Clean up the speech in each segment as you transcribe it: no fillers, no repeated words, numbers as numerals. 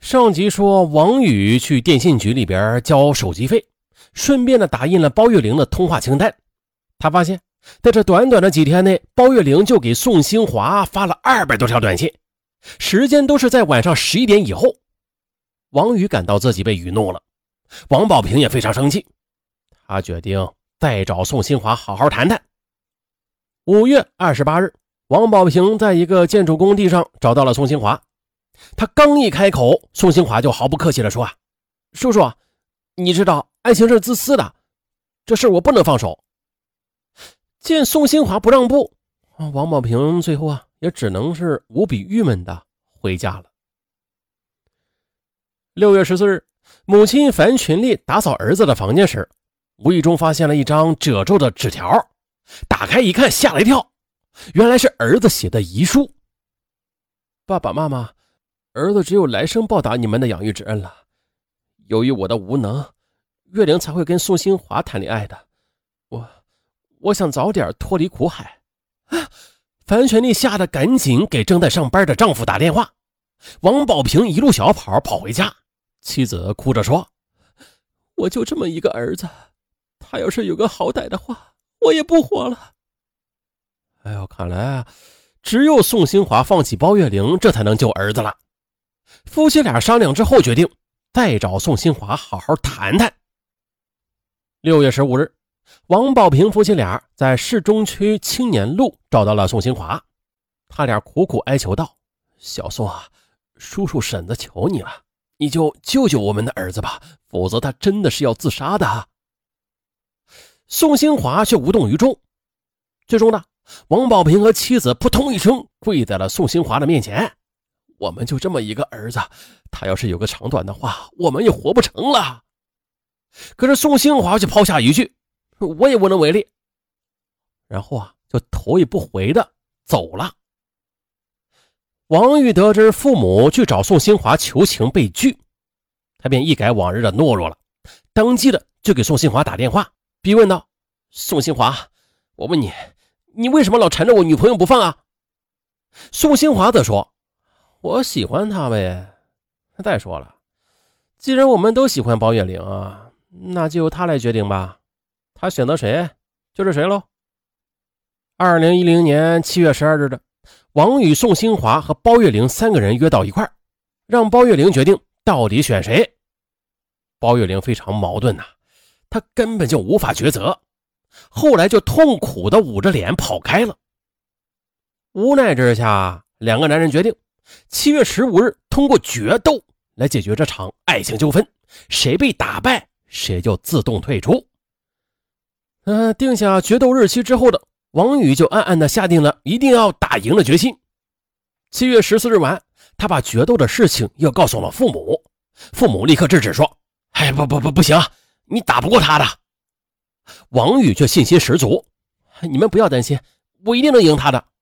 上集说王宇去电信局里边交手机费，顺便打印了包月玲的通话清单。他发现在这短短的几天内，包月玲就给宋新华发了200多条短信，时间都是在晚上11点以后。王宇感到自己被愚弄了，王宝平也非常生气，他决定再找宋新华好好谈谈。5月28日，王宝平在一个建筑工地上找到了宋新华。他刚一开口，宋新华就毫不客气地说叔叔，你知道爱情是自私的，这事我不能放手。见宋新华不让步，王宝平最后也只能是无比郁闷的回家了。6月14日，母亲樊群丽打扫儿子的房间时，无意中发现了一张褶皱的纸条，打开一看，吓了一跳，原来是儿子写的遗书。爸爸妈妈，儿子只有来生报答你们的养育之恩了。由于我的无能，月玲才会跟宋新华谈恋爱的。我想早点脱离苦海。樊全丽吓得赶紧给正在上班的丈夫打电话。王宝平一路小跑回家，妻子哭着说：我就这么一个儿子，他要是有个好歹的话，我也不活了。看来只有宋新华放弃包月玲，这才能救儿子了。夫妻俩商量之后，决定再找宋新华好好谈谈。6月15日，王宝平夫妻俩在市中区青年路找到了宋新华。他俩苦苦哀求道：小宋叔叔婶子求你了，你就救救我们的儿子吧，否则他真的是要自杀的。宋新华却无动于衷。最终呢，王宝平和妻子扑通一声跪在了宋新华的面前。我们就这么一个儿子，他要是有个长短的话，我们也活不成了。可是宋新华却抛下一句：我也无能为力。然后就头也不回的走了。王玉得知父母去找宋新华求情被拒，他便一改往日的懦弱了，当即的就给宋新华打电话，逼问道：宋新华，我问你，你为什么老缠着我女朋友不放啊？宋新华则说：我喜欢她呗。再说了，既然我们都喜欢包月玲那就由她来决定吧，她选择谁就是谁喽。2010年7月12日的，王宇、宋新华和包月玲3个人约到一块儿，让包月玲决定到底选谁。包月玲非常矛盾她根本就无法抉择，后来就痛苦地捂着脸跑开了。无奈之下，两个男人决定7月15日通过决斗来解决这场爱情纠纷，谁被打败谁就自动退出。定下决斗日期之后的王宇就暗暗地下定了一定要打赢的决心。7月14日晚，他把决斗的事情又告诉了父母，父母立刻制止说：不行，你打不过他的。王宇却信心十足：你们不要担心，我一定能赢他的。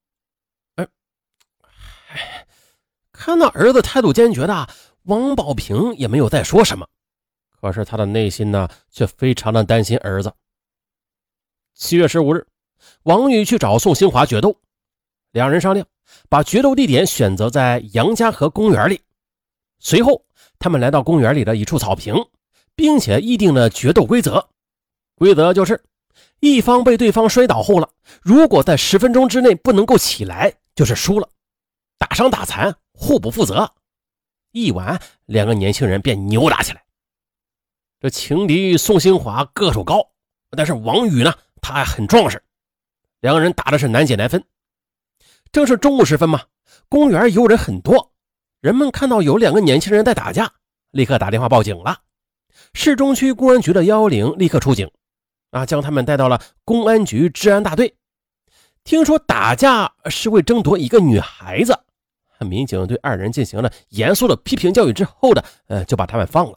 看到儿子态度坚决的，王宝平也没有再说什么，可是他的内心却非常的担心儿子。7月15日，王宇去找宋新华决斗，两人商量把决斗地点选择在杨家河公园里。随后他们来到公园里的一处草坪，并且议定了决斗规则。规则就是一方被对方摔倒后了，如果在10分钟之内不能够起来就是输了，打伤打残互不负责。一晚，两个年轻人便扭打起来。这情敌宋新华个头高，但是王宇他还很壮实，两个人打的是难解难分。正是中午时分嘛，公园游人很多，人们看到有两个年轻人在打架，立刻打电话报警了。市中区公安局的110立刻出警将他们带到了公安局治安大队。听说打架是为争夺一个女孩子，民警对二人进行了严肃的批评教育之后就把他们放了。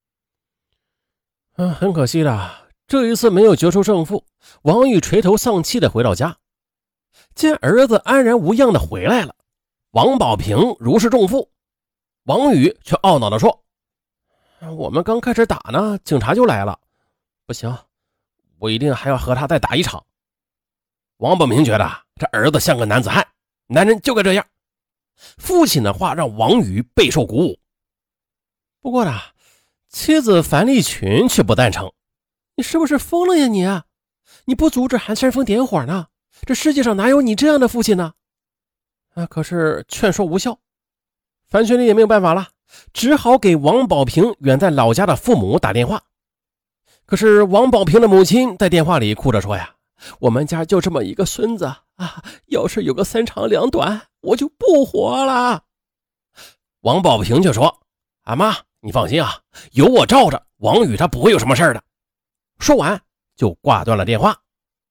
很可惜的，这一次没有决出胜负。王宇垂头丧气的回到家，见儿子安然无恙的回来了，王宝平如释重负。王宇却懊恼的说：我们刚开始打呢，警察就来了，不行，我一定还要和他再打一场。王宝平觉得这儿子像个男子汉，男人就该这样。父亲的话让王宇备受鼓舞。 不过呢，妻子樊丽群却不赞成。你是不是疯了呀你？你不阻止还煽风点火呢？这世界上哪有你这样的父亲呢？可是劝说无效，樊群丽也没有办法了，只好给王保平远在老家的父母打电话。可是王保平的母亲在电话里哭着说呀，我们家就这么一个孙子啊，要是有个三长两短，我就不活了。王保平却说，啊妈，你放心啊，有我罩着，王宇他不会有什么事的。说完就挂断了电话。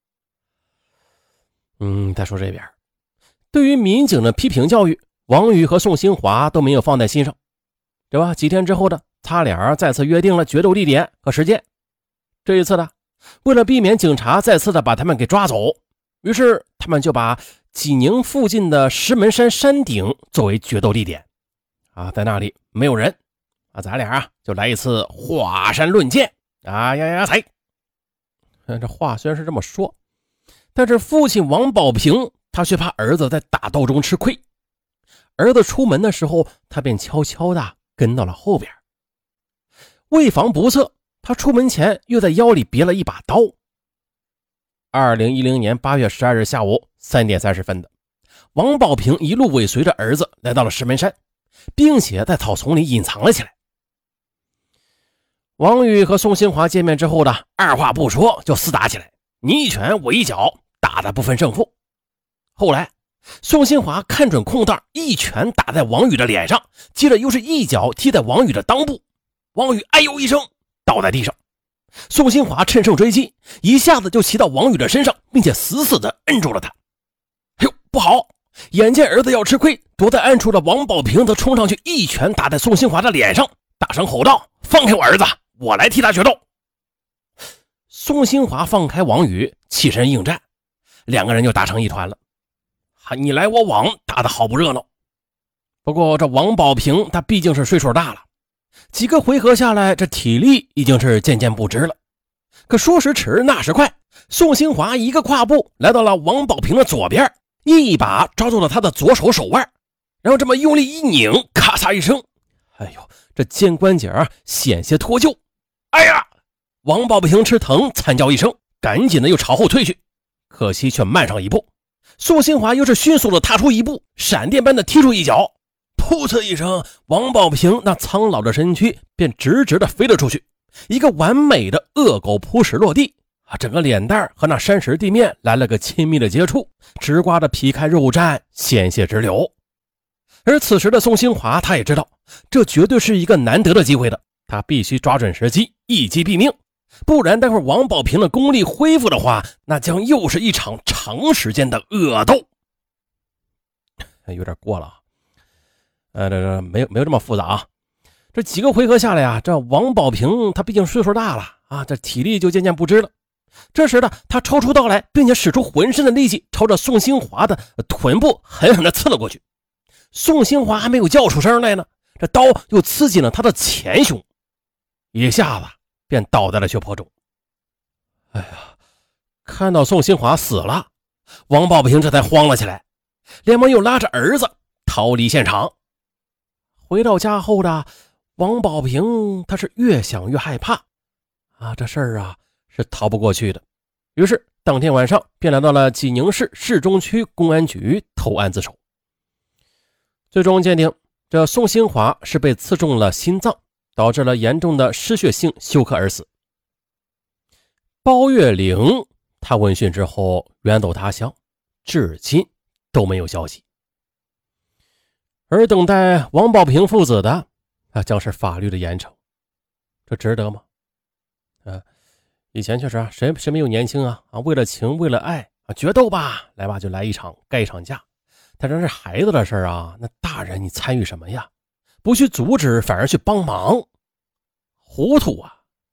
再说这边，对于民警的批评教育，王宇和宋新华都没有放在心上，对吧？几天之后的，他俩再次约定了决斗地点和时间。这一次呢，为了避免警察再次的把他们给抓走，于是他们就把济宁附近的石门山山顶作为决斗地点在那里没有人咱俩就来一次华山论剑才。这话虽然是这么说，但是父亲王保平他却怕儿子在打斗中吃亏。儿子出门的时候，他便悄悄地跟到了后边。为防不测，他出门前又在腰里别了一把刀。2010年8月12日下午3点30分的，王保平一路尾随着儿子来到了石门山，并且在草丛里隐藏了起来。王宇和宋新华见面之后的，二话不说就厮打起来，你一拳我一脚，打得不分胜负。后来宋新华看准空档，一拳打在王宇的脸上，接着又是一脚踢在王宇的裆部，王宇哎呦一声倒在地上。宋新华趁胜追击，一下子就骑到王宇的身上，并且死死地摁住了他。哎呦不好，眼见儿子要吃亏，躲在暗处的王保平则冲上去一拳打在宋新华的脸上，大声吼道，放开我儿子，我来替他决斗。宋新华放开王宇，起身应战，两个人就打成一团了，你来我往，打得好不热闹。不过这王保平他毕竟是岁数大了，几个回合下来，这体力已经是渐渐不支了。可说时迟那时快，宋新华一个跨步来到了王保平的左边，一把抓住了他的左手手腕，然后这么用力一拧，咔嚓一声，哎呦，这肩关节险些脱臼。哎呀！王保平吃疼惨叫一声，赶紧的又朝后退去，可惜却慢上一步。宋新华又是迅速的踏出一步，闪电般的踢出一脚，噗呲一声，王保平那苍老的身躯便直直的飞了出去，一个完美的恶狗扑食落地，整个脸蛋和那山石地面来了个亲密的接触，直刮的皮开肉绽，鲜血直流。而此时的宋新华他也知道，这绝对是一个难得的机会的，他必须抓准时机，一击毙命，不然待会儿王保平的功力恢复的话，那将又是一场长时间的恶斗。有点过了这没有这么复杂啊。这几个回合下来这王保平他毕竟岁数大了这体力就渐渐不支了。这时的他抽出刀来，并且使出浑身的力气，朝着宋新华的臀部狠狠地刺了过去。宋新华还没有叫出声来呢，这刀又刺进了他的前胸，一下子便倒在了血泊中。哎呀，看到宋新华死了，王保平这才慌了起来，连忙又拉着儿子逃离现场。回到家后的王保平他是越想越害怕这事儿是逃不过去的。于是当天晚上便来到了济宁市市中区公安局投案自首。最终鉴定，这宋新华是被刺中了心脏，导致了严重的失血性休克而死。包月玲他闻讯之后远走他乡，至今都没有消息。而等待王保平父子的将是法律的严惩，这值得吗？以前确实谁没有年轻为了情为了爱决斗吧，来吧就来一场干一场架。但这是孩子的事那大人你参与什么呀？不去阻止反而去帮忙，糊涂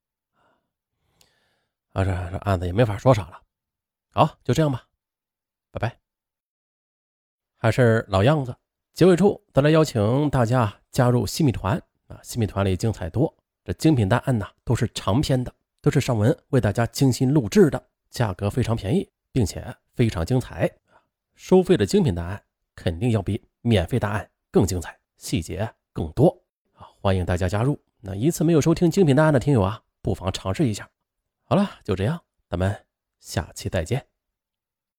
这案子也没法说啥了。好，就这样吧，拜拜。还是老样子，结尾处再来邀请大家加入新米团新米团里精彩多，这精品大案都是长篇的，都是上文为大家精心录制的，价格非常便宜，并且非常精彩。收费的精品大案肯定要比免费大案更精彩，细节更多欢迎大家加入。 那一次没有收听精品大案的听友啊，不妨尝试一下。好了，就这样，咱们下期再见。